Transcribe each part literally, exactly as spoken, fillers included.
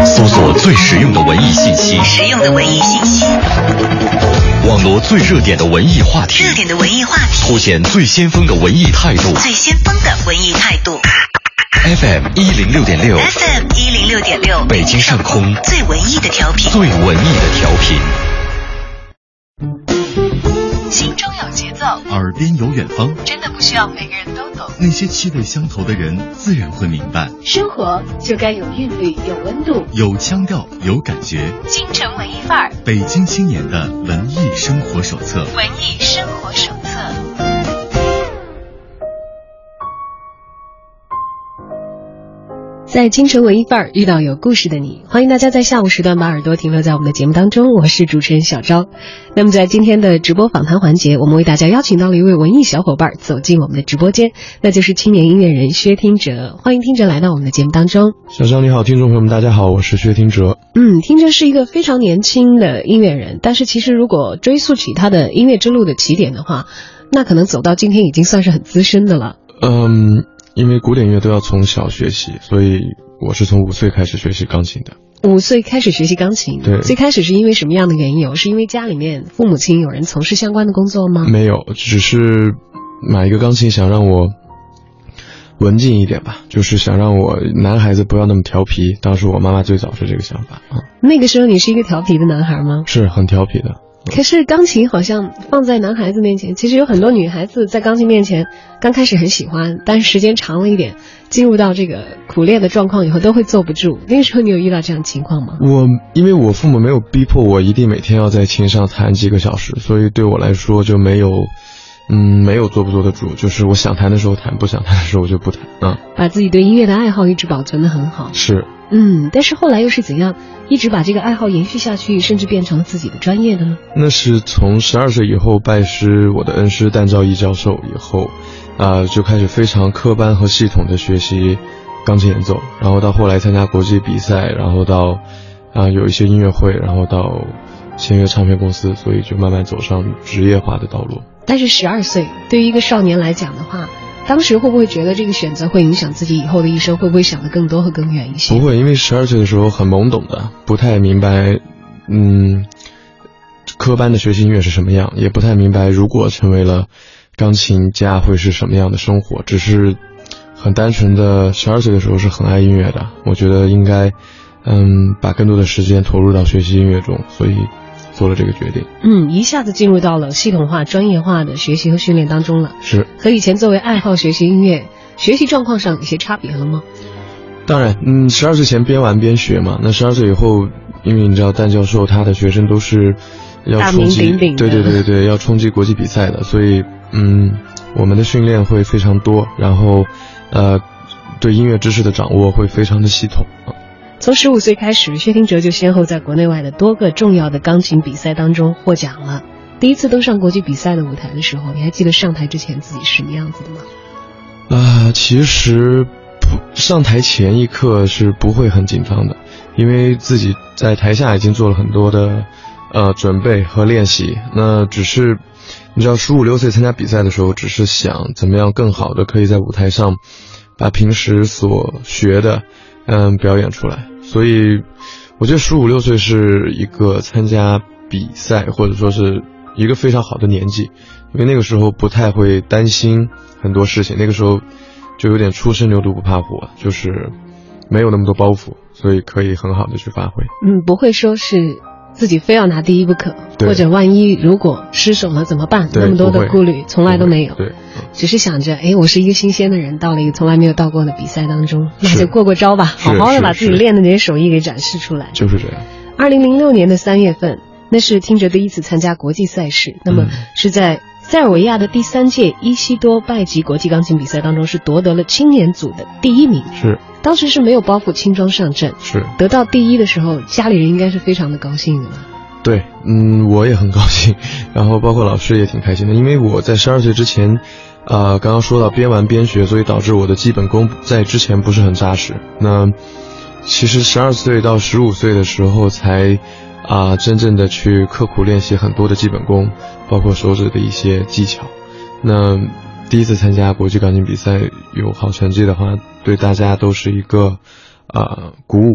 搜索最实用的文艺信息， 实用的文艺信息， 网罗最热点的文艺话题， 热点的文艺话题， 凸显最先锋的文艺态度， 最先锋的文艺态度。 F M 一零六点六 ，F M 一零六点六， 北京上空最文艺的调频， 最文艺的调频。 心中有节奏， 耳边有远方， 真的不需要每个人都懂。 那些气味相投的人，自然会明白。 生活就该有韵律，有温度， 有腔调，有感觉。 京城文艺范儿， 北京青年的文艺生活手册。 文艺生活手册。 在京城文艺范儿遇到有故事的你，欢迎大家在下午时段把耳朵停留在我们的节目当中，我是主持人小昭。那么在今天的直播访谈环节，我们为大家邀请到了一位文艺小伙伴走进我们的直播间，那就是青年音乐人薛听哲。欢迎听哲来到我们的节目当中。 小昭你好，听众朋友们大家好，我是薛听哲。 嗯，听哲是一个非常年轻的音乐人，但是其实如果追溯起他的音乐之路的起点的话，那可能走到今天已经算是很资深的了。 嗯，因为古典音乐都要从小学习，所以我是从五岁开始学习钢琴的。 五岁开始学习钢琴， 对， 最开始是因为什么样的缘由？是因为家里面父母亲有人从事相关的工作吗？ 没有，只是买一个钢琴想让我文静一点吧，就是想让我男孩子不要那么调皮。当时我妈妈最早是这个想法啊。 那个时候你是一个调皮的男孩吗？ 是很调皮的。 可是钢琴好像放在男孩子面前，其实有很多女孩子在钢琴面前刚开始很喜欢，但是时间长了一点，进入到这个苦练的状况以后都会坐不住。那个时候你有遇到这样的情况吗？ 我因为我父母没有逼迫我一定每天要在琴上弹几个小时，所以对我来说就没有嗯，没有坐不坐得住，就是我想弹的时候弹，不想弹的时候我就不弹啊。 把自己对音乐的爱好一直保存得很好。 是。 嗯，但是后来又是怎样一直把这个爱好延续下去，甚至变成了自己的专业的呢？ 那是从十二岁以后拜师我的恩师旦兆义教授以后，啊、呃，就开始非常科班和系统的学习钢琴演奏，然后到后来参加国际比赛，然后到啊、呃、有一些音乐会，然后到签约唱片公司，所以就慢慢走上职业化的道路。 但是十二岁对于一个少年来讲的话，当时会不会觉得这个选择会影响自己以后的一生？会不会想得更多和更远一些？ 不会，因为十二岁的时候很懵懂的，不太明白，嗯，科班的学习音乐是什么样，也不太明白如果成为了钢琴家会是什么样的生活，只是很单纯的十二岁的时候是很爱音乐的，我觉得应该，嗯，把更多的时间投入到学习音乐中，所以做了这个决定。 嗯，一下子进入到了系统化专业化的学习和训练当中了。 是。 和以前作为爱好学习音乐，学习状况上有些差别了吗？ 当然，嗯，十二岁前边玩边学嘛，那十二岁以后，因为你知道旦教授他的学生都是要冲击， 大名鼎鼎的， 对对对对，要冲击国际比赛的，所以嗯，我们的训练会非常多，然后呃，对音乐知识的掌握会非常的系统。 从十五岁开始，薛听哲就先后在国内外的多个重要的钢琴比赛当中获奖了。第一次登上国际比赛的舞台的时候，你还记得上台之前自己是什么样子的吗？ 啊、呃，其实上台前一刻是不会很紧张的，因为自己在台下已经做了很多的呃准备和练习。那只是你知道，十五六岁参加比赛的时候，只是想怎么样更好的可以在舞台上把平时所学的嗯表演出来。所以我觉得十五六岁是一个参加比赛或者说是一个非常好的年纪，因为那个时候不太会担心很多事情，那个时候就有点初生牛犊不怕虎，就是没有那么多包袱，所以可以很好的去发挥。 嗯，不会说是自己非要拿第一不可，或者万一如果失手了怎么办，那么多的顾虑从来都没有。 对， 只是想着，哎，我是一个新鲜的人，到了一个从来没有到过的比赛当中，那就过过招吧，好好的把自己练的那些手艺给展示出来。 就是这样。 二零零六年的三月份，那是听哲第一次参加国际赛事，那么是在塞尔维亚的第三届伊西多拜级国际钢琴比赛当中，是夺得了青年组的第一名。 是， 当时是没有包袱，轻装上阵。 是，得到第一的时候，家里人应该是非常的高兴的吧？ 对，嗯，我也很高兴，然后包括老师也挺开心的，因为我在十二岁之前，呃，刚刚说到边玩边学，所以导致我的基本功在之前不是很扎实。那其实十二岁到十五岁的时候才啊、呃，真正的去刻苦练习很多的基本功，包括手指的一些技巧。那第一次参加国际钢琴比赛有好成绩的话，对大家都是一个呃鼓舞吧。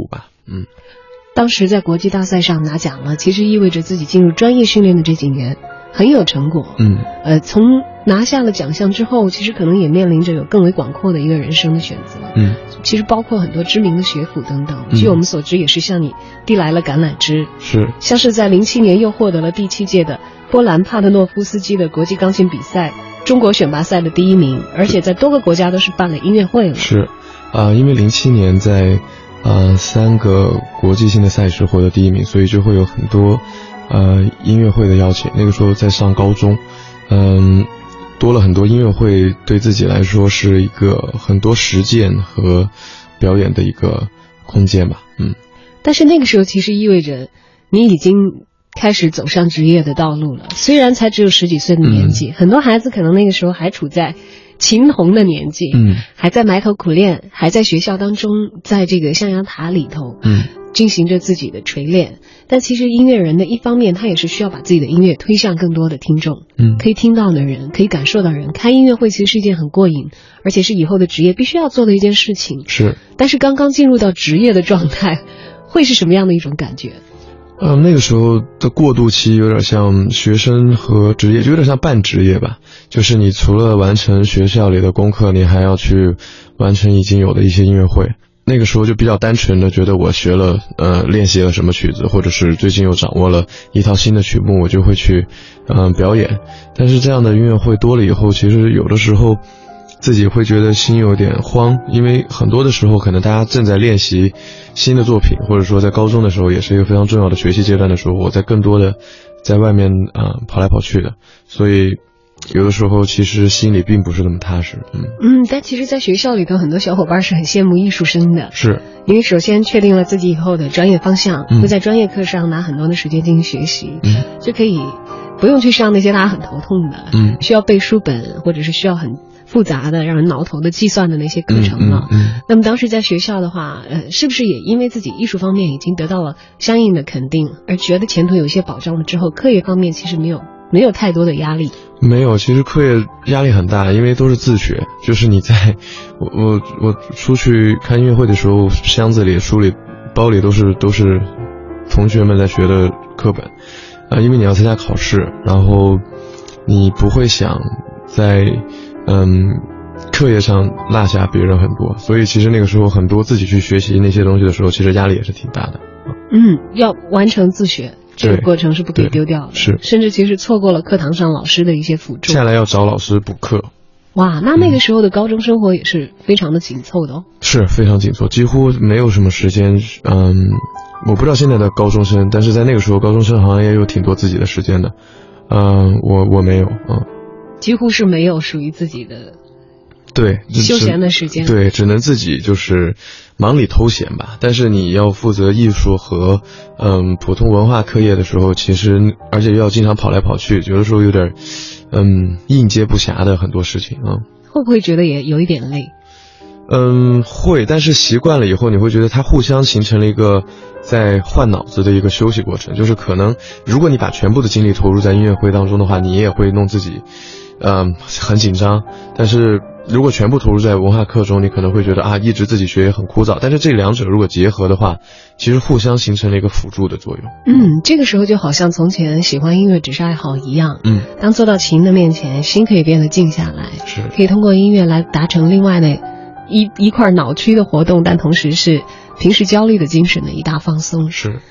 嗯， 当时在国际大赛上拿奖了，其实意味着自己进入专业训练的这几年很有成果。 嗯， 呃，从拿下了奖项之后，其实可能也面临着有更为广阔的一个人生的选择。 嗯， 其实包括很多知名的学府等等。 嗯、 据我们所知，也是向你递来了橄榄枝。 是， 像是在零七年又获得了第七届的波兰帕特诺夫斯基的国际钢琴比赛中国选拔赛的第一名，而且在多个国家都是办了音乐会了。 是，啊、呃，因为零七年在呃三个国际性的赛事获得第一名，所以就会有很多呃音乐会的邀请。那个时候在上高中，嗯、呃，多了很多音乐会，对自己来说是一个很多实践和表演的一个空间吧。嗯， 但是那个时候其实意味着你已经开始走上职业的道路了，虽然才只有十几岁的年纪、嗯、很多孩子可能那个时候还处在琴童的年纪， 嗯， 还在埋头苦练，还在学校当中，在这个象牙塔里头， 嗯， 进行着自己的锤炼。但其实音乐人的一方面，他也是需要把自己的音乐推向更多的听众， 嗯， 可以听到的人，可以感受到的人。开音乐会其实是一件很过瘾，而且是以后的职业必须要做的一件事情。 是， 但是刚刚进入到职业的状态，会是什么样的一种感觉？ 呃，那个时候的过渡期有点像学生和职业，就有点像半职业吧。就是你除了完成学校里的功课，你还要去完成已经有的一些音乐会。那个时候就比较单纯的觉得我学了呃练习了什么曲子，或者是最近又掌握了一套新的曲目，我就会去嗯、呃、表演。但是这样的音乐会多了以后，其实有的时候自己会觉得心有点慌，因为很多的时候可能大家正在练习新的作品，或者说在高中的时候也是一个非常重要的学习阶段的时候，我在更多的在外面啊、呃、跑来跑去的，所以有的时候其实心里并不是那么踏实。嗯嗯，但其实在学校里头很多小伙伴是很羡慕艺术生的， 是因为首先确定了自己以后的专业方向， 嗯、 会在专业课上拿很多的时间进行学习， 嗯， 就可以不用去上那些大家很头痛的， 嗯， 需要背书本或者是需要很复杂的让人挠头的计算的那些课程了。 嗯嗯嗯、 那么当时在学校的话，呃，是不是也因为自己艺术方面已经得到了相应的肯定，而觉得前途有一些保障了之后，课业方面其实没有没有太多的压力？ 没有，其实课业压力很大，因为都是自学。就是你在我我我出去看音乐会的时候，箱子里、书里、包里都是都是同学们在学的课本啊、呃，因为你要参加考试，然后你不会想在嗯课业上落下别人很多，所以其实那个时候很多自己去学习那些东西的时候，其实压力也是挺大的。 嗯，要完成自学。这个过程是不可以丢掉的， 是， 甚至其实错过了课堂上老师的一些辅助， 下来要找老师补课。 哇，那那个时候的高中生活也是非常的紧凑的哦。 是非常紧凑，几乎没有什么时间。嗯，我不知道现在的高中生，但是在那个时候，高中生好像也有挺多自己的时间的。嗯，我我没有，嗯， 几乎是没有属于自己的。 对， 休闲的时间， 对，只能自己就是忙里偷闲吧。但是你要负责艺术和嗯普通文化课业的时候，其实而且要经常跑来跑去，有的时候有点嗯应接不暇的很多事情啊。 会不会觉得也有一点累？ 嗯，会，但是习惯了以后，你会觉得它互相形成了一个在换脑子的一个休息过程。就是可能如果你把全部的精力投入在音乐会当中的话，你也会弄自己嗯很紧张，但是如果全部投入在文化课中，你可能会觉得啊，一直自己学也很枯燥。但是这两者如果结合的话，其实互相形成了一个辅助的作用。 嗯，这个时候就好像从前喜欢音乐只是爱好一样。 嗯， 当坐到琴的面前，心可以变得静下来， 是可以通过音乐来达成另外的一一块脑区的活动，但同时是平时焦虑的精神的一大放松。 是。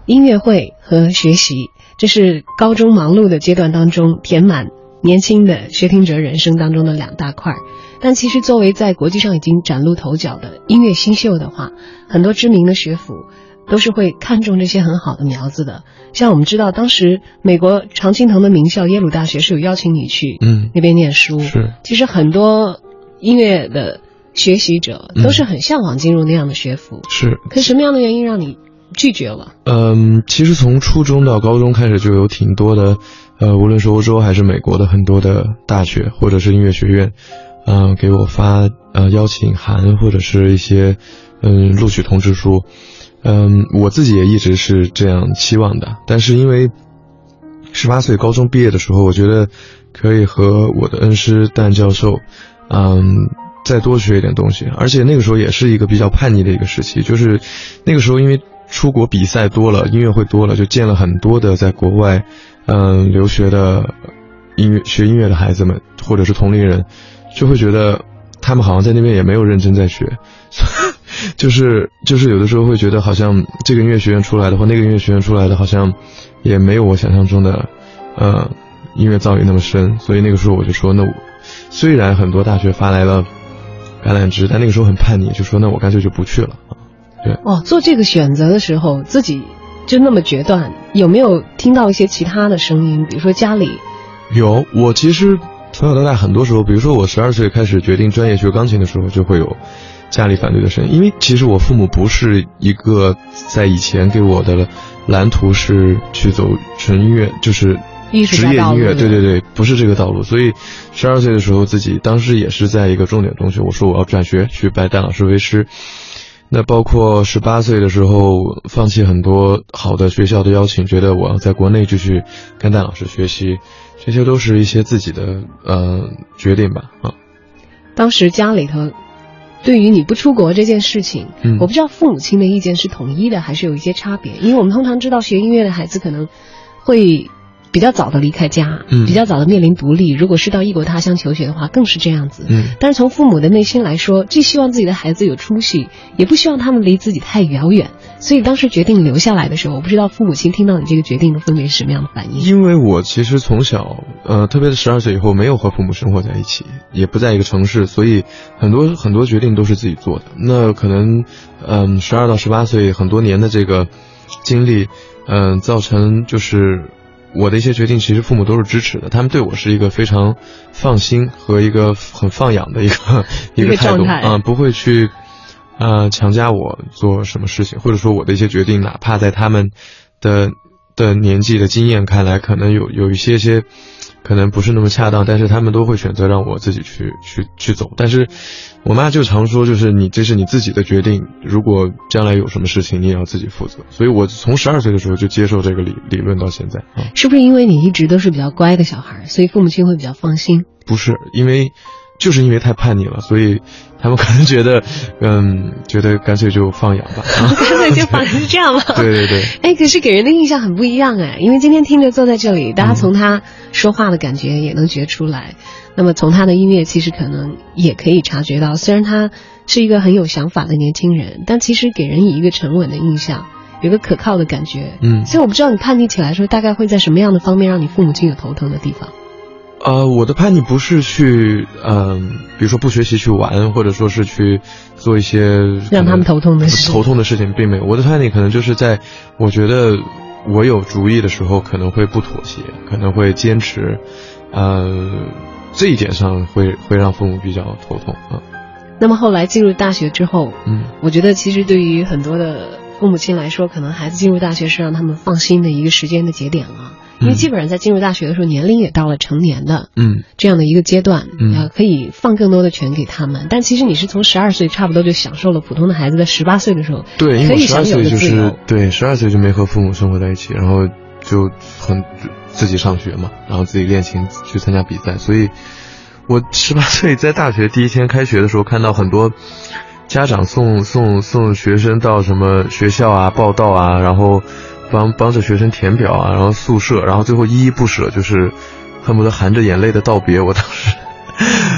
音乐会和学习，这是高中忙碌的阶段当中填满年轻的薛听哲人生当中的两大块。但其实作为在国际上已经崭露头角的音乐新秀的话，很多知名的学府都是会看重这些很好的苗子的。像我们知道当时美国常青藤的名校耶鲁大学是有邀请你去嗯那边念书， 是其实很多音乐的学习者都是很向往进入那样的学府， 是。 可什么样的原因让你拒绝了？ 嗯，其实从初中到高中开始就有挺多的，呃，无论是欧洲还是美国的很多的大学或者是音乐学院，嗯、呃，给我发呃邀请函或者是一些嗯录取通知书。嗯，我自己也一直是这样期望的，但是因为十八岁高中毕业的时候，我觉得可以和我的恩师蛋教授，嗯，再多学一点东西，而且那个时候也是一个比较叛逆的一个时期，就是那个时候因为出国比赛多了，音乐会多了，就见了很多的在国外，嗯，留学的音乐学音乐的孩子们，或者是同龄人，就会觉得他们好像在那边也没有认真在学。就是就是有的时候会觉得好像这个音乐学院出来的或那个音乐学院出来的好像也没有我想象中的呃音乐造诣那么深，所以那个时候我就说，那我虽然很多大学发来了橄榄枝，但那个时候很叛逆，就说那我干脆就不去了。对， 哦，做这个选择的时候自己就那么决断，有没有听到一些其他的声音？比如说家里有，我其实从小到大很多时候，比如说我十二岁开始决定专业学钢琴的时候，就会有家里反对的声音，因为其实我父母不是一个在以前给我的蓝图是去走纯音乐，就是职业音乐，对对对，不是这个道路。所以十二岁的时候，自己当时也是在一个重点中学，我说我要转学去拜蛋老师为师。那包括十八岁的时候，放弃很多好的学校的邀请，觉得我要在国内继续跟蛋老师学习，这些都是一些自己的呃决定吧啊。 当时家里头对于你不出国这件事情， 嗯， 我不知道父母亲的意见是统一的还是有一些差别，因为我们通常知道学音乐的孩子可能会比较早的离开家， 嗯， 比较早的面临独立，如果是到异国他乡求学的话更是这样子， 嗯， 但是从父母的内心来说，既希望自己的孩子有出息，也不希望他们离自己太遥远，所以当时决定留下来的时候，我不知道父母亲听到你这个决定的分别是什么样的反应。 因为我其实从小呃特别是十二岁以后没有和父母生活在一起，也不在一个城市，所以很多很多决定都是自己做的。那可能嗯十二到十八岁很多年的这个经历，嗯、呃、造成就是我的一些决定其实父母都是支持的，他们对我是一个非常放心和一个很放养的一个一个态度啊、呃，不会去呃强加我做什么事情，或者说我的一些决定，哪怕在他们的的年纪的经验看来，可能有有一些些可能不是那么恰当，但是他们都会选择让我自己去去去走。但是我妈就常说，就是你这是你自己的决定，如果将来有什么事情，你也要自己负责。所以我从十二岁的时候就接受这个理理论到现在啊。 是不是因为你一直都是比较乖的小孩，所以父母亲会比较放心？ 不是，因为就是因为太叛逆了，所以他们可能觉得，嗯，觉得干脆就放养吧。 干脆就放是这样吗？ 对对对。 哎，可是给人的印象很不一样哎，因为今天听着坐在这里，大家从他说话的感觉也能觉出来，嗯、那么从他的音乐其实可能也可以察觉到，虽然他是一个很有想法的年轻人，但其实给人以一个沉稳的印象，有个可靠的感觉。 嗯， 所以我不知道你叛逆起来的时候，大概会在什么样的方面让你父母亲有头疼的地方？ 呃，我的叛逆不是去，嗯、呃，比如说不学习去玩，或者说是去做一些让他们头痛的事。 头痛的事情并没有。我的叛逆可能就是在我觉得我有主意的时候，可能会不妥协，可能会坚持，呃，这一点上会会让父母比较头痛啊。 那么后来进入大学之后， 嗯， 我觉得其实对于很多的父母亲来说，可能孩子进入大学是让他们放心的一个时间的节点了。因为基本上在进入大学的时候，年龄也到了成年的， 嗯， 这样的一个阶段， 嗯， 呃，可以放更多的权给他们。但其实你是从十二岁差不多就享受了普通的孩子在十八岁的时候， 对，因为十二岁就是对十二岁就没和父母生活在一起，然后就很自己上学嘛，然后自己练琴去参加比赛，所以我十八岁在大学第一天开学的时候，看到很多家长送送送学生到什么学校啊报到啊，然后帮帮着学生填表啊，然后宿舍，然后最后依依不舍，就是恨不得含着眼泪的道别。我当时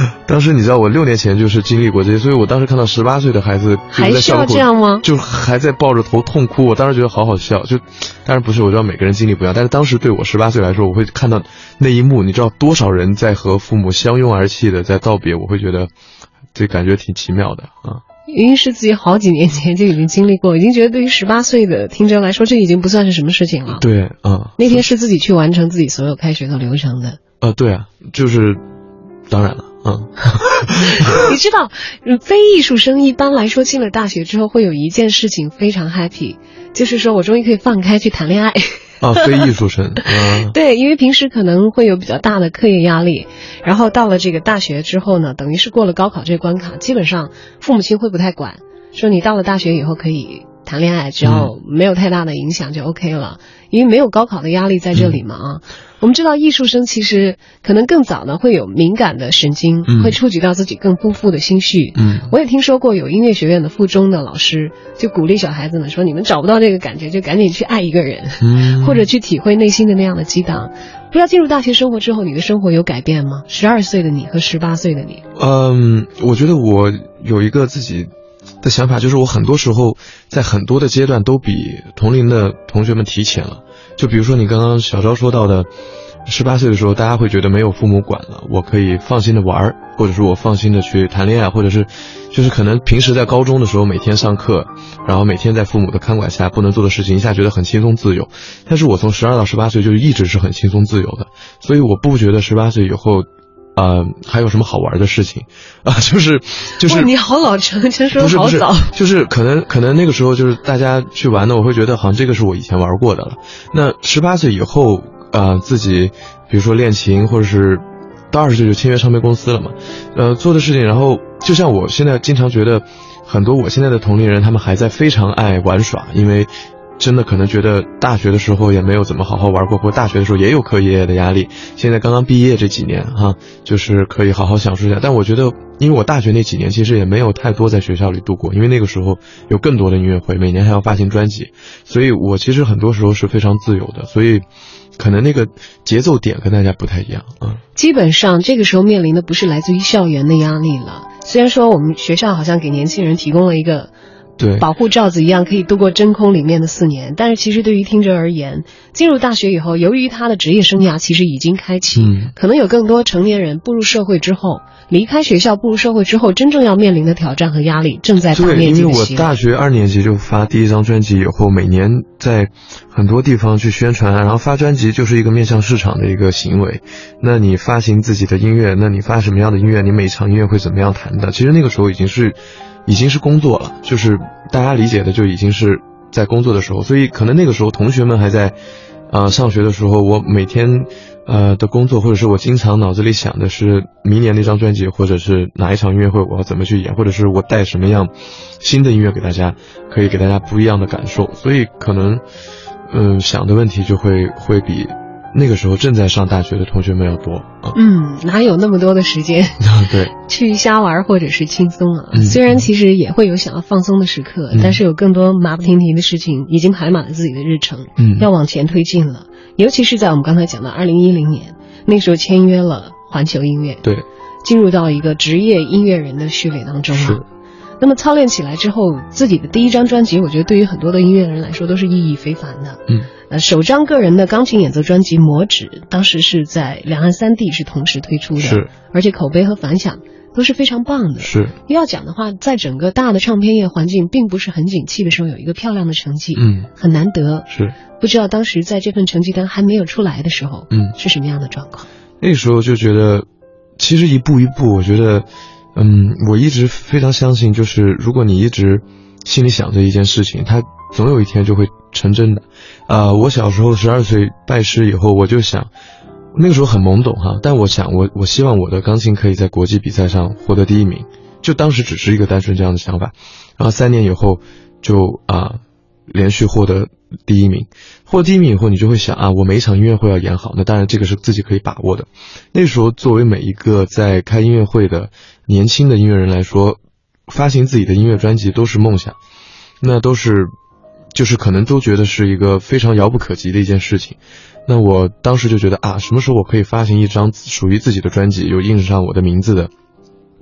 当时你知道我六年前就是经历过这些，所以我当时看到十八岁的孩子还需要这样吗？ 就还在抱着头痛哭，我当时觉得好好笑。就当然不是，我知道每个人经历不一样，但是当时对我十八岁来说，我会看到那一幕，你知道多少人在和父母相拥而泣的在道别，我会觉得这感觉挺奇妙的啊。 因为是自己好几年前就已经经历过，已经觉得对于十八岁的听者来说，这已经不算是什么事情了。 对啊、嗯， 那天是自己去完成自己所有开学的流程的。 啊、呃，对啊，就是当然了。嗯， 你知道，非艺术生一般来说进了大学之后，会有一件事情非常 happy， 就是说我终于可以放开去谈恋爱。 啊，非艺术生，嗯， 对，因为平时可能会有比较大的课业压力，然后到了这个大学之后呢，等于是过了高考这个关卡，基本上父母亲会不太管，说你到了大学以后可以谈恋爱，只要没有太大的影响就 OK 了，因为没有高考的压力在这里嘛啊。嗯，我们知道艺术生其实可能更早呢会有敏感的神经，嗯，会触及到自己更丰富的心绪。嗯，我也听说过有音乐学院的附中的老师就鼓励小孩子们说，你们找不到这个感觉就赶紧去爱一个人，嗯，或者去体会内心的那样的激荡。不知道进入大学生活之后，你的生活有改变吗？十二岁的你和十八岁的你。 嗯，我觉得我有一个自己的想法，就是我很多时候在很多的阶段都比同龄的同学们提前了。就比如说你刚刚小昭说到的，十八岁的时候大家会觉得没有父母管了，我可以放心的玩，或者说我放心的去谈恋爱，或者是就是可能平时在高中的时候每天上课，然后每天在父母的看管下不能做的事情，一下觉得很轻松自由。但是我从十二到十八岁就一直是很轻松自由的，所以我不觉得十八岁以后呃，还有什么好玩的事情啊、呃？就是就是， 你好老成，成说好早， 就是可能可能那个时候就是大家去玩的，我会觉得好像这个是我以前玩过的了。那十八岁以后，呃，自己比如说练琴，或者是到二十岁就签约唱片公司了嘛，呃，做的事情，然后就像我现在经常觉得，很多我现在的同龄人，他们还在非常爱玩耍，因为真的可能觉得大学的时候也没有怎么好好玩过，或大学的时候也有课业的压力，现在刚刚毕业这几年哈，就是可以好好享受一下。但我觉得因为我大学那几年其实也没有太多在学校里度过，因为那个时候有更多的音乐会，每年还要发行专辑，所以我其实很多时候是非常自由的，所以可能那个节奏点跟大家不太一样啊。 基本上这个时候面临的不是来自于校园的压力了，虽然说我们学校好像给年轻人提供了一个对保护罩子一样可以度过真空里面的四年，但是其实对于听者而言，进入大学以后，由于他的职业生涯其实已经开启，嗯，可能有更多成年人步入社会之后，离开学校步入社会之后，真正要面临的挑战和压力正在大面积的袭来。 对，因为我大学二年级就发第一张专辑以后，每年在很多地方去宣传，然后发专辑就是一个面向市场的一个行为。那你发行自己的音乐，那你发什么样的音乐，你每场音乐会怎么样弹的，其实那个时候已经是已经是工作了，就是大家理解的就已经是在工作的时候，所以可能那个时候同学们还在呃上学的时候，我每天呃的工作，或者是我经常脑子里想的是明年那张专辑，或者是哪一场音乐会我要怎么去演，或者是我带什么样新的音乐给大家，可以给大家不一样的感受，所以可能嗯、呃、想的问题就会会比那个时候正在上大学的同学们要多啊。 嗯，哪有那么多的时间对去瞎玩或者是轻松啊、 嗯、 虽然其实也会有想要放松的时刻、嗯、但是有更多马不停蹄的事情已经排满了自己的日程，嗯，要往前推进了。尤其是在我们刚才讲的二零一零年，那时候签约了环球音乐， 对， 进入到一个职业音乐人的序列当中了。 是。 那么操练起来之后，自己的第一张专辑，我觉得对于很多的音乐人来说都是意义非凡的。嗯，呃，首张个人的钢琴演奏专辑《魔指》，当时是在两岸三地是同时推出的， 是， 而且口碑和反响都是非常棒的。 是， 要讲的话，在整个大的唱片业环境并不是很景气的时候，有一个漂亮的成绩， 嗯，很难得。 是， 不知道当时在这份成绩单还没有出来的时候，嗯，是什么样的状况？ 那时候就觉得，其实一步一步，我觉得。嗯，我一直非常相信，就是如果你一直心里想着一件事情，它总有一天就会成真的。啊、呃，我小时候十二岁拜师以后，我就想，那个时候很懵懂哈，但我想我我希望我的钢琴可以在国际比赛上获得第一名，就当时只是一个单纯这样的想法。然后三年以后就啊、呃、连续获得第一名，获得第一名以后，你就会想啊，我每一场音乐会要演好，那当然这个是自己可以把握的。那时候作为每一个在开音乐会的年轻的音乐人来说，发行自己的音乐专辑都是梦想，那都是就是可能都觉得是一个非常遥不可及的一件事情。那我当时就觉得啊，什么时候我可以发行一张属于自己的专辑，有印上我的名字的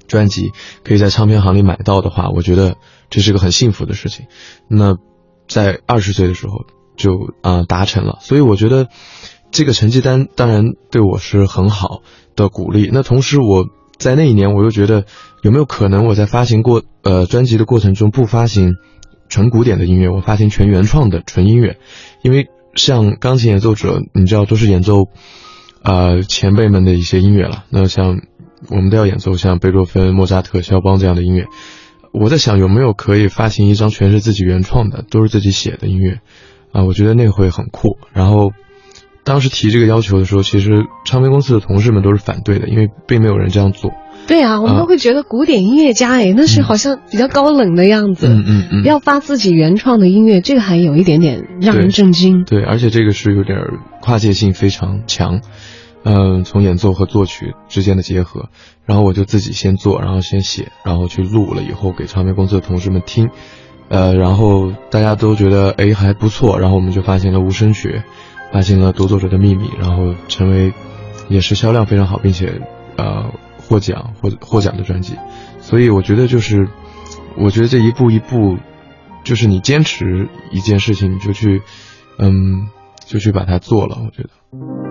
专辑可以在唱片行里买到的话，我觉得这是个很幸福的事情。那在二十岁的时候就啊、呃、达成了，所以我觉得这个成绩单当然对我是很好的鼓励。那同时我在那一年我又觉得有没有可能我在发行过呃专辑的过程中不发行纯古典的音乐，我发行全原创的纯音乐，因为像钢琴演奏者你知道都是演奏呃前辈们的一些音乐了，那像我们都要演奏像贝多芬、莫扎特、肖邦这样的音乐。我在想有没有可以发行一张全是自己原创的，都是自己写的音乐啊、呃，我觉得那个会很酷。然后当时提这个要求的时候，其实唱片公司的同事们都是反对的，因为并没有人这样做。 对啊，我们都会觉得古典音乐家哎、呃，那是好像比较高冷的样子。 嗯嗯嗯。 要发自己原创的音乐，这个还有一点点让人震惊。 对，对，而且这个是有点跨界性非常强。嗯，从演奏和作曲之间的结合，然后我就自己先做，然后先写，然后去录了以后给唱片公司的同事们听，呃，然后大家都觉得哎还不错，然后我们就发行了《无声学》，发行了《独奏者的秘密》，然后成为也是销量非常好，并且呃获奖获获奖的专辑。所以我觉得就是我觉得这一步一步就是你坚持一件事情，你就去嗯就去把它做了，我觉得。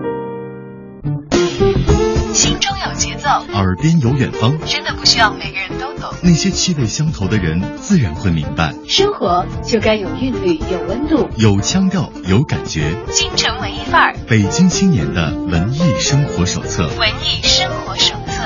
心中有节奏， 耳边有远方， 真的不需要每个人都懂。 那些气味相投的人自然会明白， 生活就该有韵律，有温度， 有腔调，有感觉。 京城文艺范儿， 北京青年的文艺生活手册。 文艺生活手册。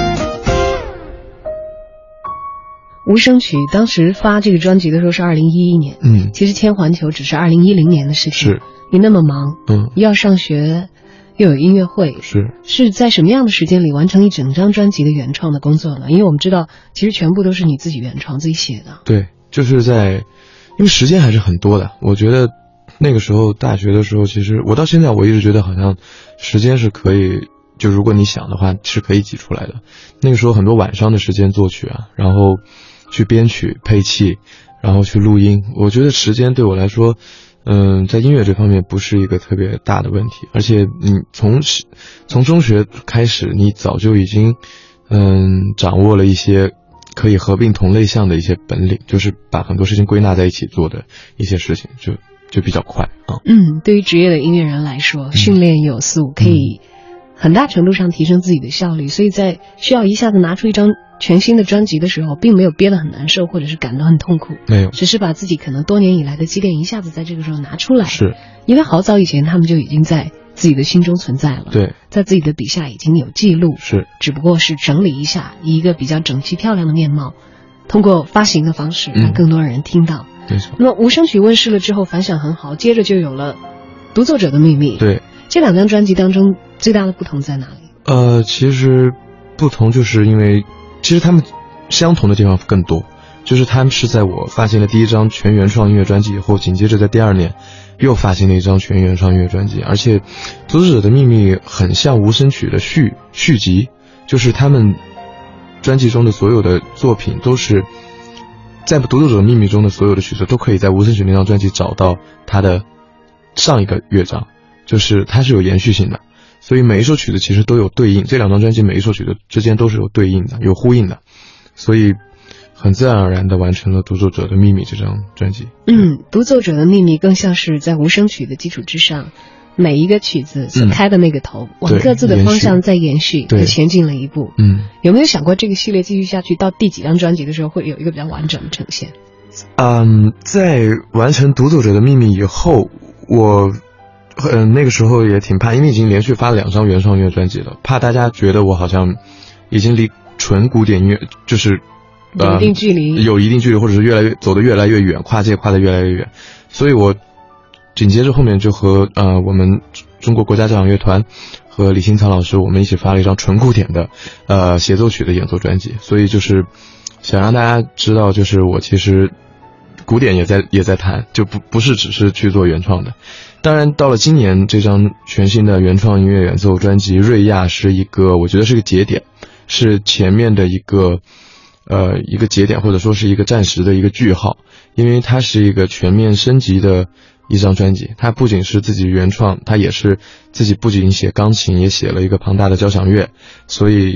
无声曲当时发这个专辑的时候是二零一一年， 嗯， 其实签环球只是二零一零年的事情。 是， 你那么忙， 嗯， 要上学。又有音乐会， 是是在什么样的时间里完成一整张专辑的原创的工作呢？因为我们知道，其实全部都是你自己原创、自己写的。 对，就是在，因为时间还是很多的。我觉得那个时候大学的时候，其实我到现在我一直觉得好像时间是可以，就如果你想的话是可以挤出来的。那个时候很多晚上的时间作曲啊，然后去编曲、配器，然后去录音。我觉得时间对我来说。嗯，在音乐这方面不是一个特别大的问题，而且你从从中学开始，你早就已经嗯掌握了一些可以合并同类项的一些本领，就是把很多事情归纳在一起做的一些事情，就就比较快啊。 嗯，对于职业的音乐人来说，嗯、训练有素，可以很大程度上提升自己的效率，所以在需要一下子拿出一张全新的专辑的时候，并没有憋得很难受，或者是感到很痛苦， 没有， 只是把自己可能多年以来的积淀一下子在这个时候拿出来。 是， 因为好早以前他们就已经在自己的心中存在了， 对， 在自己的笔下已经有记录， 是， 只不过是整理一下，以一个比较整齐漂亮的面貌，通过发行的方式让更多人听到。 嗯、没错。 那么无声曲问世了之后反响很好，接着就有了独奏者的秘密。 对， 这两张专辑当中最大的不同在哪里？ 呃，其实不同就是因为其实他们相同的地方更多，就是他们是在我发行了第一张全原创音乐专辑以后，紧接着在第二年又发行了一张全原创音乐专辑，而且独奏者的秘密很像无声曲的续续集，就是他们专辑中的所有的作品都是在独奏者的秘密中的所有的曲子都可以在无声曲那张专辑找到它的上一个乐章，就是它是有延续性的，所以每一首曲子其实都有对应，这两张专辑每一首曲子之间都是有对应的，有呼应的，所以很自然而然地完成了独奏者的秘密这张专辑。 嗯，独奏者的秘密更像是在无声曲的基础之上，每一个曲子所开的那个头、嗯、往各自的方向再延续和前进了一步。 嗯， 有没有想过这个系列继续下去到第几张专辑的时候会有一个比较完整的呈现？ 嗯，在完成独奏者的秘密以后，我嗯、呃、那个时候也挺怕，因为已经连续发了两张原创音乐专辑了，怕大家觉得我好像已经离纯古典音乐就是有一定距离、 呃、有一定距离，或者是越来越走得越来越远，跨界跨得越来越远，所以我紧接着后面就和呃我们中国国家交响乐团和李新草老师我们一起发了一张纯古典的呃协奏曲的演奏专辑，所以就是想让大家知道，就是我其实古典也在也在弹，就不不是只是去做原创的。当然到了今年这张全新的原创音乐演奏专辑《瑞亚》是一个我觉得是个节点，是前面的一个呃一个节点，或者说是一个暂时的一个句号，因为它是一个全面升级的一张专辑，它不仅是自己原创，它也是自己不仅写钢琴，也写了一个庞大的交响乐，所以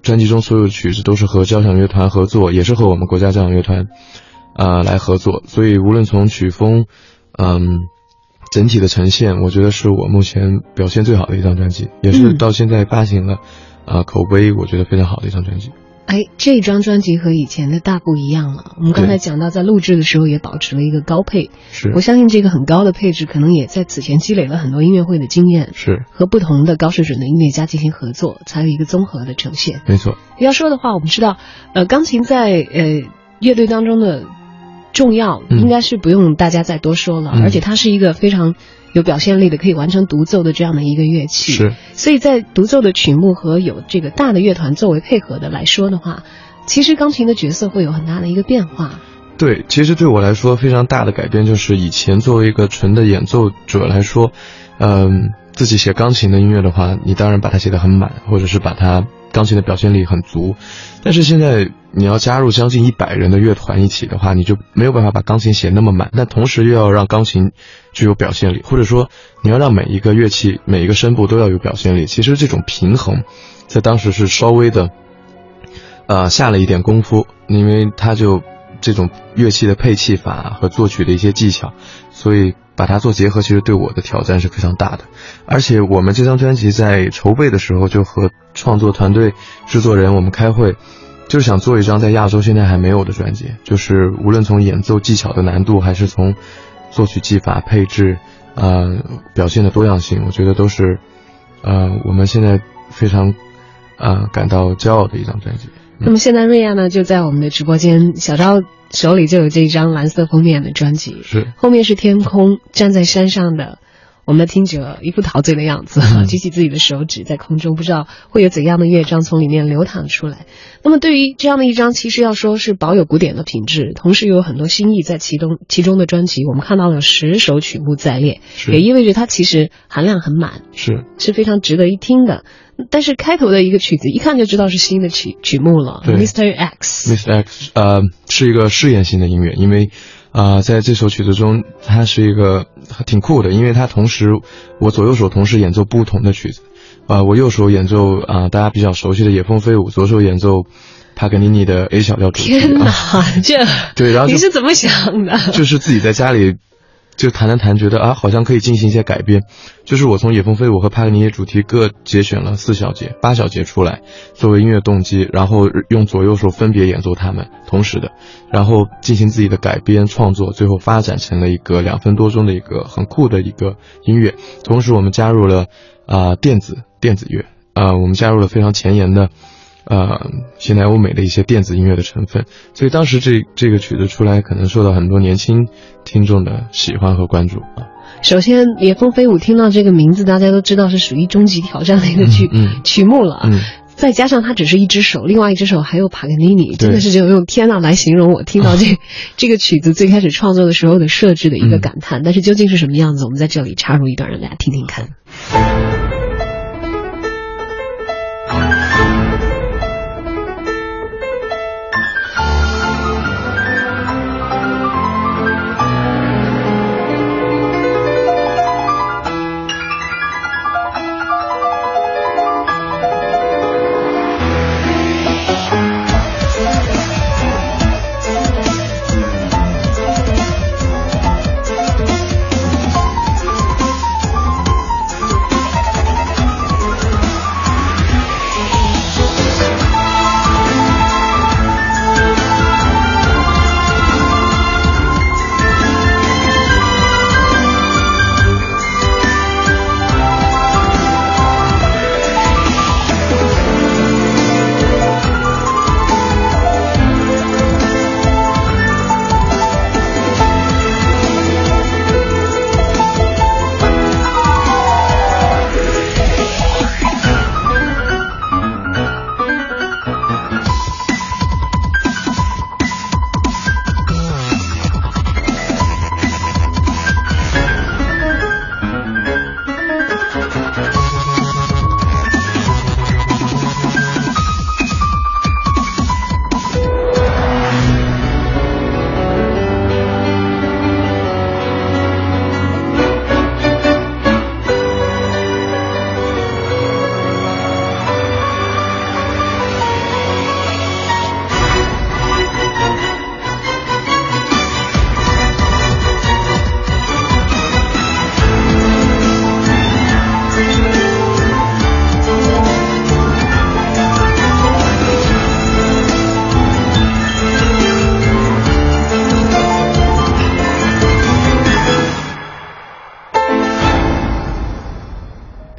专辑中所有的曲子都是和交响乐团合作，也是和我们国家交响乐团呃来合作，所以无论从曲风嗯整体的呈现，我觉得是我目前表现最好的一张专辑，也是到现在发行了呃口碑我觉得非常好的一张专辑。 哎，这张专辑和以前的大不一样了。我们刚才讲到，在录制的时候也保持了一个高配， 是我相信这个很高的配置，可能也在此前积累了很多音乐会的经验， 是和不同的高水准的音乐家进行合作，才有一个综合的呈现。 没错。 要说的话，我们知道，呃，钢琴在呃乐队当中的重要， 嗯、 应该是不用大家再多说了， 嗯、 而且它是一个非常有表现力的，可以完成独奏的这样的一个乐器。 是， 所以在独奏的曲目和有这个大的乐团作为配合的来说的话，其实钢琴的角色会有很大的一个变化。 对，其实对我来说非常大的改变就是以前作为一个纯的演奏者来说，嗯，自己写钢琴的音乐的话，你当然把它写得很满，或者是把它钢琴的表现力很足。但是现在你要加入将近一百人的乐团一起的话，你就没有办法把钢琴写那么满，但同时又要让钢琴具有表现力，或者说你要让每一个乐器每一个声部都要有表现力。其实这种平衡在当时是稍微的呃下了一点功夫，因为它就这种乐器的配器法和作曲的一些技巧，所以把它做结合，其实对我的挑战是非常大的。而且我们这张专辑在筹备的时候就和创作团队制作人我们开会，就是想做一张在亚洲现在还没有的专辑，就是无论从演奏技巧的难度还是从作曲技法配置呃表现的多样性，我觉得都是呃我们现在非常呃感到骄傲的一张专辑。 那么现在瑞亚呢就在我们的直播间，小昭手里就有这一张蓝色封面的专辑， 是后面是天空，站在山上的我们的听者一副陶醉的样子，嗯、举起自己的手指在空中，不知道会有怎样的乐章从里面流淌出来。那么对于这样的一张其实要说是保有古典的品质，同时又有很多新意在其中其中的专辑，我们看到了十首曲目在列，也意味着它其实含量很满， 是是非常值得一听的。但是开头的一个曲子一看就知道是新的曲曲目了 ，Mister X。Mister X 呃是一个试验性的音乐，因为啊、呃、在这首曲子中它是一个挺酷的，因为它同时我左右手同时演奏不同的曲子，啊、呃、我右手演奏啊、呃、大家比较熟悉的野蜂飞舞，左手演奏帕格尼尼的 A 小调主题。 天哪，啊、这对，然后你是怎么想的？ 就是自己在家里就弹了弹，觉得啊好像可以进行一些改编。就是我从野蜂飞舞和帕格尼尼主题各节选了四小节、八小节出来作为音乐动机，然后用左右手分别演奏它们，同时的，然后进行自己的改编创作，最后发展成了一个两分多钟的一个很酷的一个音乐。同时我们加入了啊、呃、电子电子乐，啊、呃、我们加入了非常前沿的呃，现代欧美的一些电子音乐的成分，所以当时这这个曲子出来，可能受到很多年轻听众的喜欢和关注啊。 首先，野蜂飞舞听到这个名字，大家都知道是属于终极挑战的一个曲、 嗯嗯、 曲目了。 嗯， 再加上它只是一只手，另外一只手还有帕格尼尼，真的是只有用天哪来形容我听到这、啊、这个曲子最开始创作的时候的设置的一个感叹。嗯、但是究竟是什么样子，我们在这里插入一段让大家听听看。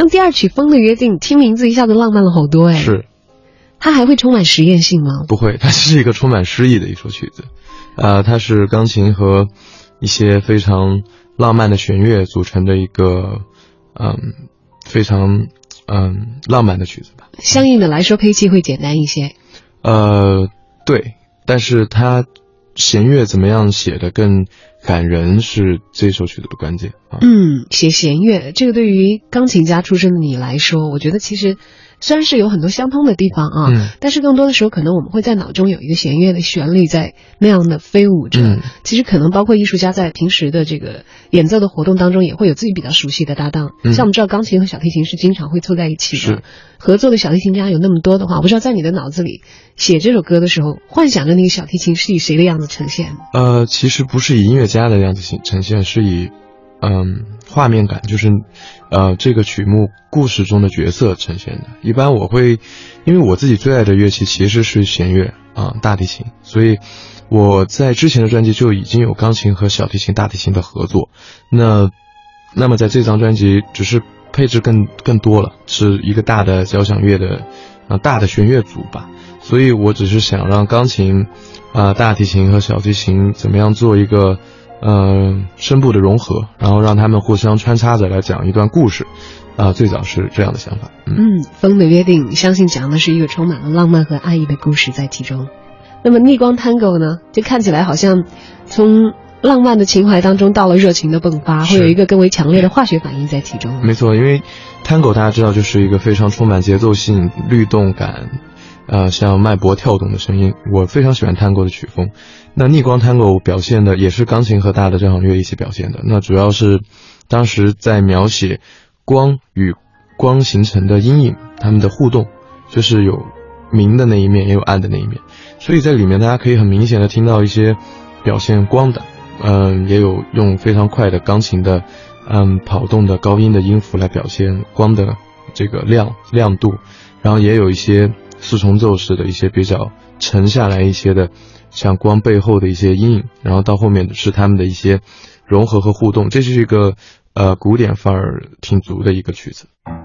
从第二曲《风的约定》听名字一下子浪漫了好多哎。 是。 它还会充满实验性吗？ 不会，它是一个充满诗意的一首曲子。呃，它是钢琴和一些非常浪漫的弦乐组成的一个嗯非常嗯浪漫的曲子吧。 相应的来说配器会简单一些。 呃，对，但是它弦乐怎么样写的更感人是这首曲子的关键啊。 嗯，写弦乐这个对于钢琴家出身的你来说，我觉得其实虽然是有很多相通的地方啊，嗯、但是更多的时候可能我们会在脑中有一个弦乐的旋律在那样的飞舞着。嗯、其实可能包括艺术家在平时的这个演奏的活动当中也会有自己比较熟悉的搭档。嗯、像我们知道钢琴和小提琴是经常会凑在一起的，合作的小提琴家有那么多的话，我不知道在你的脑子里写这首歌的时候，幻想着那个小提琴是以谁的样子呈现？ 呃，其实不是以音乐家的样子呈现，是以嗯画面感，就是呃这个曲目故事中的角色呈现的。一般我会，因为我自己最爱的乐器其实是弦乐啊、呃、大提琴，所以我在之前的专辑就已经有钢琴和小提琴、大提琴的合作。那那么在这张专辑只是配置更更多了，是一个大的交响乐的啊、呃、大的弦乐组吧。所以我只是想让钢琴啊、呃、大提琴和小提琴怎么样做一个呃声部的融合，然后让他们互相穿插着来讲一段故事啊、呃、最早是这样的想法。 嗯，嗯风的约定相信讲的是一个充满了浪漫和爱意的故事在其中。那么逆光 Tango 呢，就看起来好像从浪漫的情怀当中到了热情的迸发，会有一个更为强烈的化学反应在其中。 没错，因为 Tango 大家知道就是一个非常充满节奏性、律动感呃，像脉搏跳动的声音，我非常喜欢 Tango 的曲风。那逆光 Tango 表现的也是钢琴和大的交响乐一起表现的，那主要是当时在描写光与光形成的阴影，它们的互动，就是有明的那一面也有暗的那一面，所以在里面大家可以很明显的听到一些表现光的，嗯，也有用非常快的钢琴的嗯跑动的高音的音符来表现光的这个亮亮度，然后也有一些四重奏式的一些比较沉下来一些的像光背后的一些阴影，然后到后面是他们的一些融合和互动，这是一个呃古典范儿挺足的一个曲子。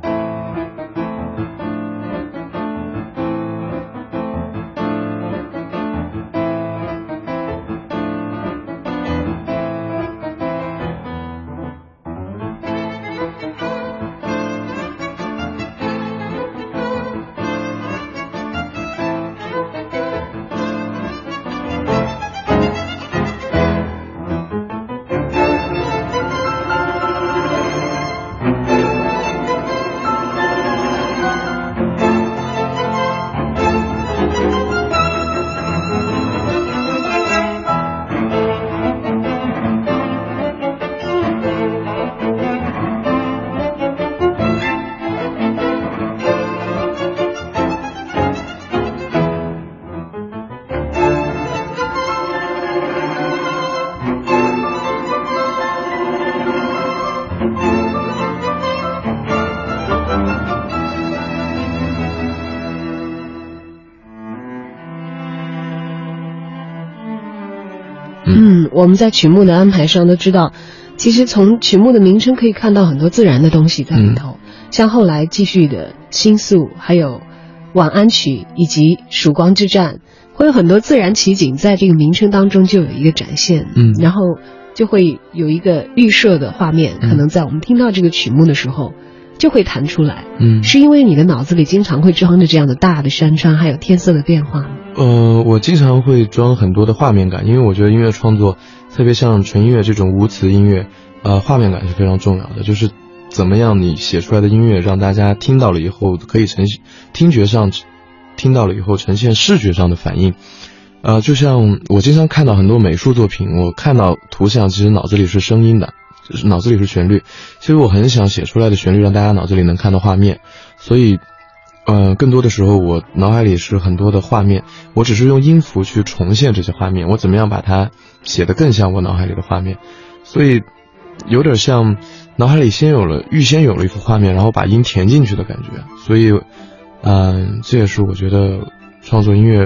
嗯，我们在曲目的安排上都知道，其实从曲目的名称可以看到很多自然的东西在里头，嗯、像后来继续的星宿，还有晚安曲以及曙光之战，会有很多自然奇景在这个名称当中就有一个展现，嗯，然后就会有一个预设的画面，嗯、可能在我们听到这个曲目的时候就会弹出来，嗯，是因为你的脑子里经常会装着这样的大的山川还有天色的变化吗？ 呃，我经常会装很多的画面感，因为我觉得音乐创作，特别像纯音乐这种无词音乐，呃，画面感是非常重要的。就是怎么样你写出来的音乐让大家听到了以后可以呈现，听觉上听到了以后呈现视觉上的反应。呃，就像我经常看到很多美术作品，我看到图像，其实脑子里是声音的，就是脑子里是旋律。其实我很想写出来的旋律让大家脑子里能看到画面，所以。呃，更多的时候我脑海里是很多的画面，我只是用音符去重现这些画面，我怎么样把它写得更像我脑海里的画面，所以有点像脑海里先有了预先有了一幅画面，然后把音填进去的感觉，所以嗯、呃，这也是我觉得创作音乐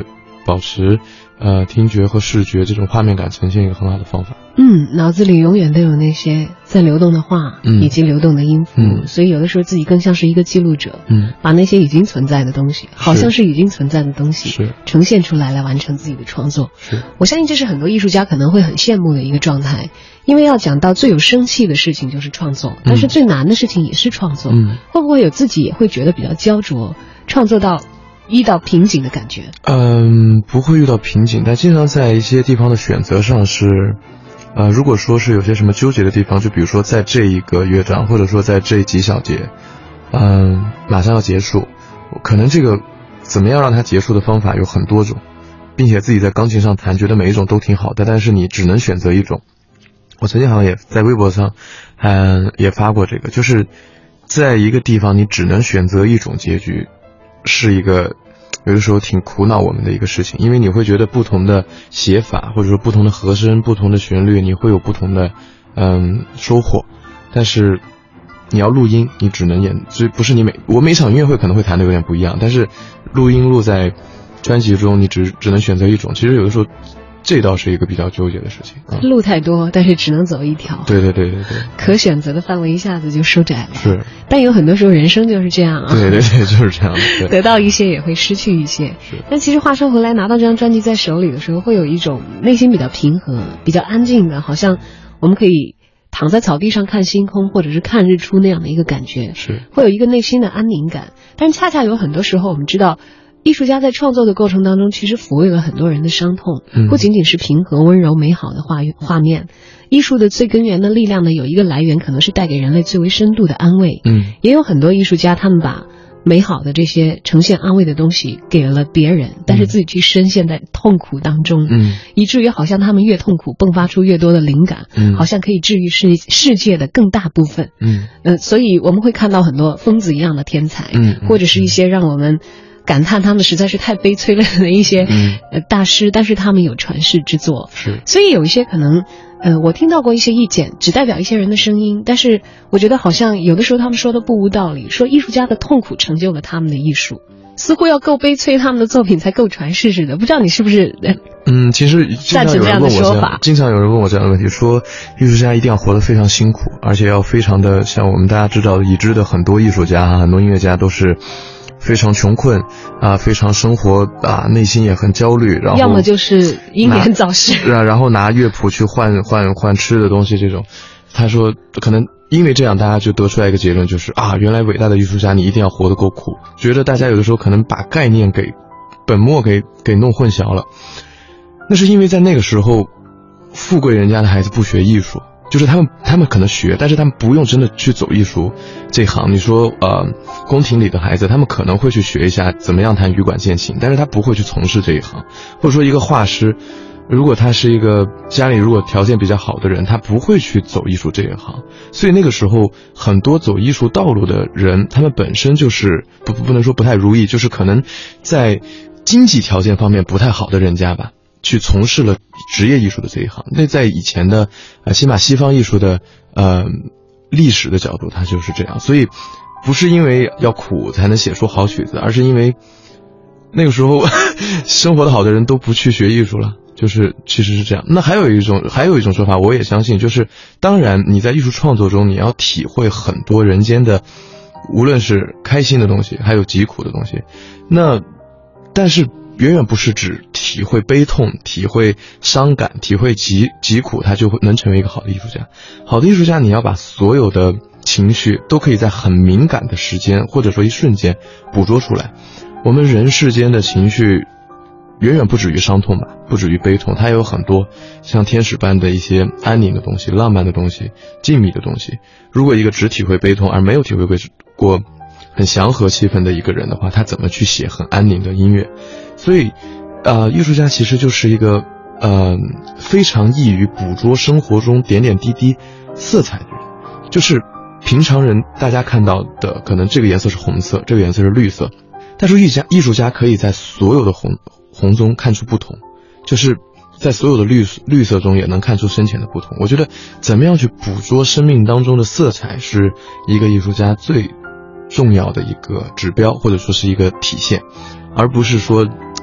保持呃听觉和视觉这种画面感呈现一个很好的方法。 嗯，脑子里永远都有那些在流动的画， 嗯以及流动的音符， 嗯所以有的时候自己更像是一个记录者， 嗯， 把那些已经存在的东西，好像是已经存在的东西， 是呈现出来，来完成自己的创作。 是， 我相信这是很多艺术家可能会很羡慕的一个状态，因为要讲到最有生气的事情就是创作，但是最难的事情也是创作。 嗯， 会不会有自己也会觉得比较焦灼，创作到遇到瓶颈的感觉？ 嗯，不会遇到瓶颈，但经常在一些地方的选择上是，呃，如果说是有些什么纠结的地方，就比如说在这一个乐章，或者说在这几小节，嗯，马上要结束，可能这个怎么样让它结束的方法有很多种，并且自己在钢琴上弹，觉得每一种都挺好的，但是你只能选择一种。我曾经好像也在微博上，嗯，也发过这个，就是在一个地方你只能选择一种结局，是一个有的时候挺苦恼我们的一个事情，因为你会觉得不同的写法，或者说不同的和声、不同的旋律，你会有不同的嗯收获，但是你要录音，你只能演，这不是你每我每场音乐会可能会弹的有点不一样，但是录音录在专辑中，你只只能选择一种，其实有的时候这倒是一个比较纠结的事情。嗯、 路太多，但是只能走一条。 对对对对对， 可选择的范围一下子就收窄了。 是， 但有很多时候人生就是这样啊。 对对对，就是这样的。 得到一些也会失去一些。 是。 但其实话说回来，拿到这张专辑在手里的时候，会有一种内心比较平和、比较安静的，好像我们可以躺在草地上看星空，或者是看日出那样的一个感觉。 是。会有一个内心的安宁感。但是恰恰有很多时候，我们知道，艺术家在创作的过程当中，其实抚慰了很多人的伤痛， 嗯、 不仅仅是平和、温柔、美好的画画面。艺术的最根源的力量呢，有一个来源，可能是带给人类最为深度的安慰。 嗯， 也有很多艺术家，他们把美好的这些呈现安慰的东西给了别人，但是自己去深陷在痛苦当中， 嗯， 以至于好像他们越痛苦，迸发出越多的灵感， 嗯， 好像可以治愈世世界的更大部分， 嗯， 呃，所以我们会看到很多疯子一样的天才， 嗯， 或者是一些让我们感叹他们实在是太悲催了的一些、 嗯、 呃大师，但是他们有传世之作， 是， 所以有一些可能。呃，我听到过一些意见，只代表一些人的声音，但是我觉得好像有的时候他们说的不无道理，说艺术家的痛苦成就了他们的艺术，似乎要够悲催，他们的作品才够传世似的。不知道你是不是？ 嗯，其实经常有人问我这样，经常有人问我这样的问题，说艺术家一定要活得非常辛苦，而且要非常的像我们大家知道已知的很多艺术家、很多音乐家都是。非常穷困啊，非常生活啊，内心也很焦虑，然后要么就是英年早逝， 然然后拿乐谱去换换换吃的东西这种。他说，可能因为这样，大家就得出来一个结论，就是啊，原来伟大的艺术家你一定要活得够苦。觉得大家有的时候可能把概念给本末给给弄混淆了。那是因为在那个时候，富贵人家的孩子不学艺术。就是他们，他们可能学，但是他们不用真的去走艺术这行。你说，呃，宫廷里的孩子，他们可能会去学一下怎么样弹羽管键琴，但是他不会去从事这一行。或者说，一个画师，如果他是一个家里如果条件比较好的人，他不会去走艺术这一行。所以那个时候，很多走艺术道路的人，他们本身就是不不能说不太如意，就是可能在经济条件方面不太好的人家吧。去从事了职业艺术的这一行，那在以前的呃，起码西方艺术的呃历史的角度，它就是这样。所以不是因为要苦才能写出好曲子，而是因为那个时候生活的好的人都不去学艺术了，就是其实是这样。那还有一种还有一种说法，我也相信，就是当然你在艺术创作中，你要体会很多人间的，无论是开心的东西，还有疾苦的东西。那但是。远远不是指体会悲痛、体会伤感、体会疾疾苦，他就会能成为一个好的艺术家。好的艺术家，你要把所有的情绪都可以在很敏感的时间，或者说一瞬间捕捉出来。我们人世间的情绪远远不止于伤痛吧，不止于悲痛，它有很多像天使般的一些安宁的东西、浪漫的东西、静谧的东西。如果一个只体会悲痛而没有体会过很祥和气氛的一个人的话，他怎么去写很安宁的音乐？所以，呃，艺术家其实就是一个呃非常易于捕捉生活中点点滴滴色彩的人。就是平常人大家看到的，可能这个颜色是红色，这个颜色是绿色，但是艺家艺术家可以在所有的红红中看出不同，就是在所有的绿绿色中也能看出深浅的不同。我觉得怎么样去捕捉生命当中的色彩，是一个艺术家最重要的一个指标，或者说是一个体现，而不是说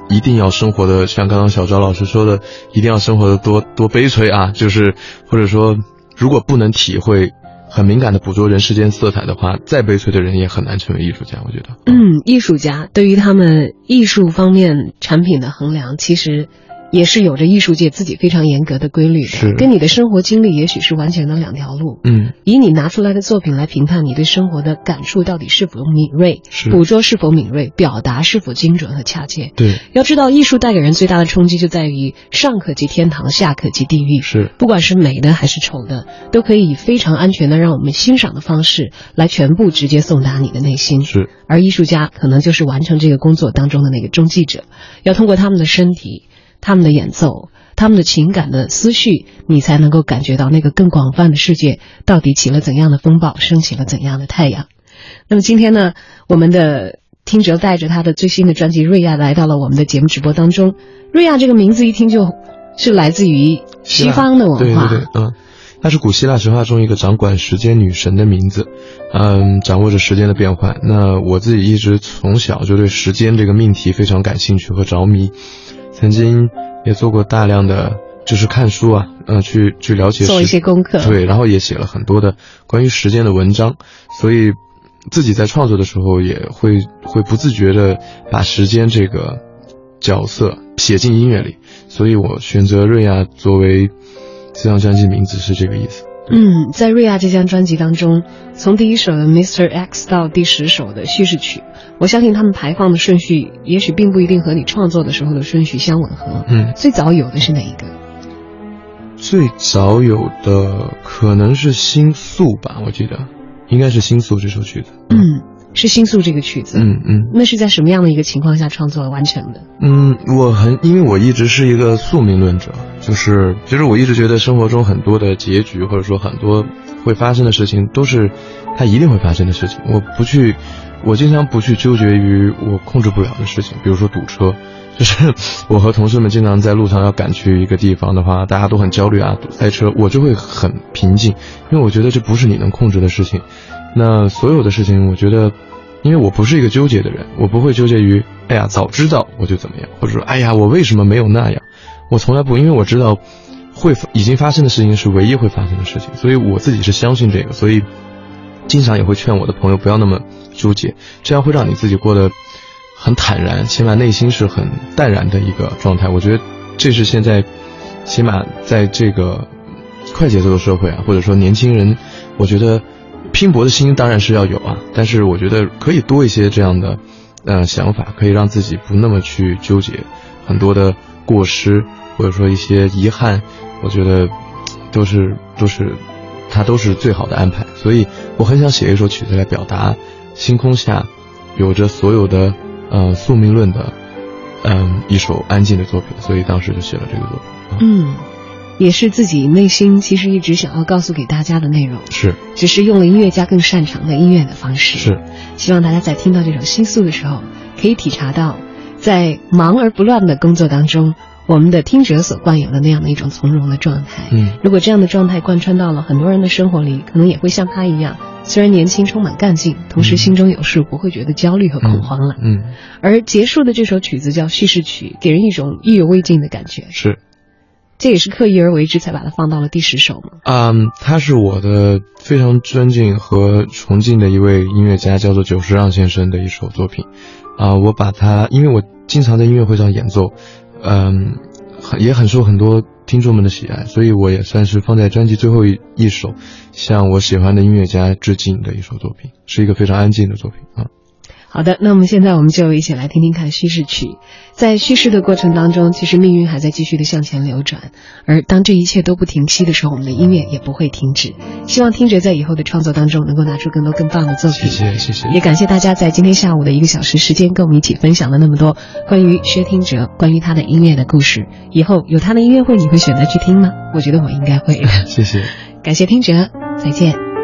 一定要生活的像刚刚小昭老师说的，一定要生活的多多悲催啊，就是或者说如果不能体会很敏感的捕捉人世间色彩的话，再悲催的人也很难成为艺术家，我觉得。 嗯，艺术家对于他们艺术方面产品的衡量，其实也是有着艺术界自己非常严格的规律的， 是跟你的生活经历也许是完全的两条路。 嗯， 以你拿出来的作品来评判你对生活的感触到底是否敏锐， 是捕捉是否敏锐，表达是否精准和恰切。 对， 要知道艺术带给人最大的冲击就在于上可及天堂，下可及地狱。 是， 不管是美的还是丑的，都可以以非常安全的让我们欣赏的方式来全部直接送达你的内心。 是， 而艺术家可能就是完成这个工作当中的那个中继者，要通过他们的身体、他们的演奏、他们的情感的思绪，你才能够感觉到那个更广泛的世界到底起了怎样的风暴，升起了怎样的太阳。那么今天呢，我们的听哲带着他的最新的专辑《瑞亚》来到了我们的节目直播当中。瑞亚这个名字一听就是来自于西方的文化。 对对对，嗯，它是古希腊神话中一个掌管时间女神的名字，嗯，掌握着时间的变换。那我自己一直从小就对时间这个命题非常感兴趣和着迷，曾经也做过大量的就是看书啊，呃，去去了解， 做一些功课， 对，然后也写了很多的关于时间的文章，所以自己在创作的时候也会会不自觉的把时间这个角色写进音乐里，所以我选择瑞亚作为这张专辑名字是这个意思。 嗯，在瑞亚这张专辑当中，从第一首的 Mister X 到第十首的叙事曲，我相信他们排放的顺序也许并不一定和你创作的时候的顺序相吻合。 嗯， 最早有的是哪一个？ 最早有的可能是星宿吧，我记得应该是星宿这首曲子。 嗯，是星宿这个曲子。 嗯嗯， 那是在什么样的一个情况下创作完成的？ 嗯，我很因为我一直是一个宿命论者，就是其实我一直觉得生活中很多的结局或者说很多会发生的事情都是它一定会发生的事情，我不去我经常不去纠结于我控制不了的事情，比如说堵车，就是我和同事们经常在路上要赶去一个地方的话，大家都很焦虑啊，堵塞车，我就会很平静，因为我觉得这不是你能控制的事情。那所有的事情我觉得因为我不是一个纠结的人，我不会纠结于哎呀早知道我就怎么样，或者说哎呀我为什么没有那样，我从来不，因为我知道会已经发生的事情是唯一会发生的事情，所以我自己是相信这个，所以经常也会劝我的朋友不要那么纠结，这样会让你自己过得很坦然，起码内心是很淡然的一个状态。我觉得这是现在起码在这个快节奏的社会啊，或者说年轻人，我觉得拼搏的心当然是要有啊，但是我觉得可以多一些这样的呃想法，可以让自己不那么去纠结很多的过失或者说一些遗憾，我觉得都是都是它都是最好的安排。所以我很想写一首曲子来表达星空下有着所有的呃宿命论的嗯、呃、一首安静的作品，所以当时就写了这个作品。 嗯，也是自己内心其实一直想要告诉给大家的内容， 是， 只是用了音乐家更擅长的音乐的方式。 是， 希望大家在听到这首星宿的时候，可以体察到在忙而不乱的工作当中，我们的听者所惯有的那样的一种从容的状态。 嗯， 如果这样的状态贯穿到了很多人的生活里，可能也会像他一样，虽然年轻充满干劲，同时心中有数，不会觉得焦虑和恐慌了。 嗯，嗯而结束的这首曲子叫叙事曲，给人一种意犹未尽的感觉。 是， 这也是刻意而为之才把它放到了第十首吗？ 嗯，他是我的非常尊敬和崇敬的一位音乐家，叫做久石让先生的一首作品。啊、呃，我把它，因为我经常在音乐会上演奏，嗯，也很受很多听众们的喜爱，所以我也算是放在专辑最后一一首，向我喜欢的音乐家致敬的一首作品，是一个非常安静的作品啊。 好的，那我们现在我们就一起来听听看叙事曲。在叙事的过程当中，其实命运还在继续的向前流转，而当这一切都不停息的时候，我们的音乐也不会停止。希望听者在以后的创作当中能够拿出更多更棒的作品。 谢谢谢谢， 也感谢大家在今天下午的一个小时时间跟我们一起分享了那么多关于薛听哲关于他的音乐的故事。以后有他的音乐会你会选择去听吗？我觉得我应该会的。 谢谢， 感谢听哲，再见。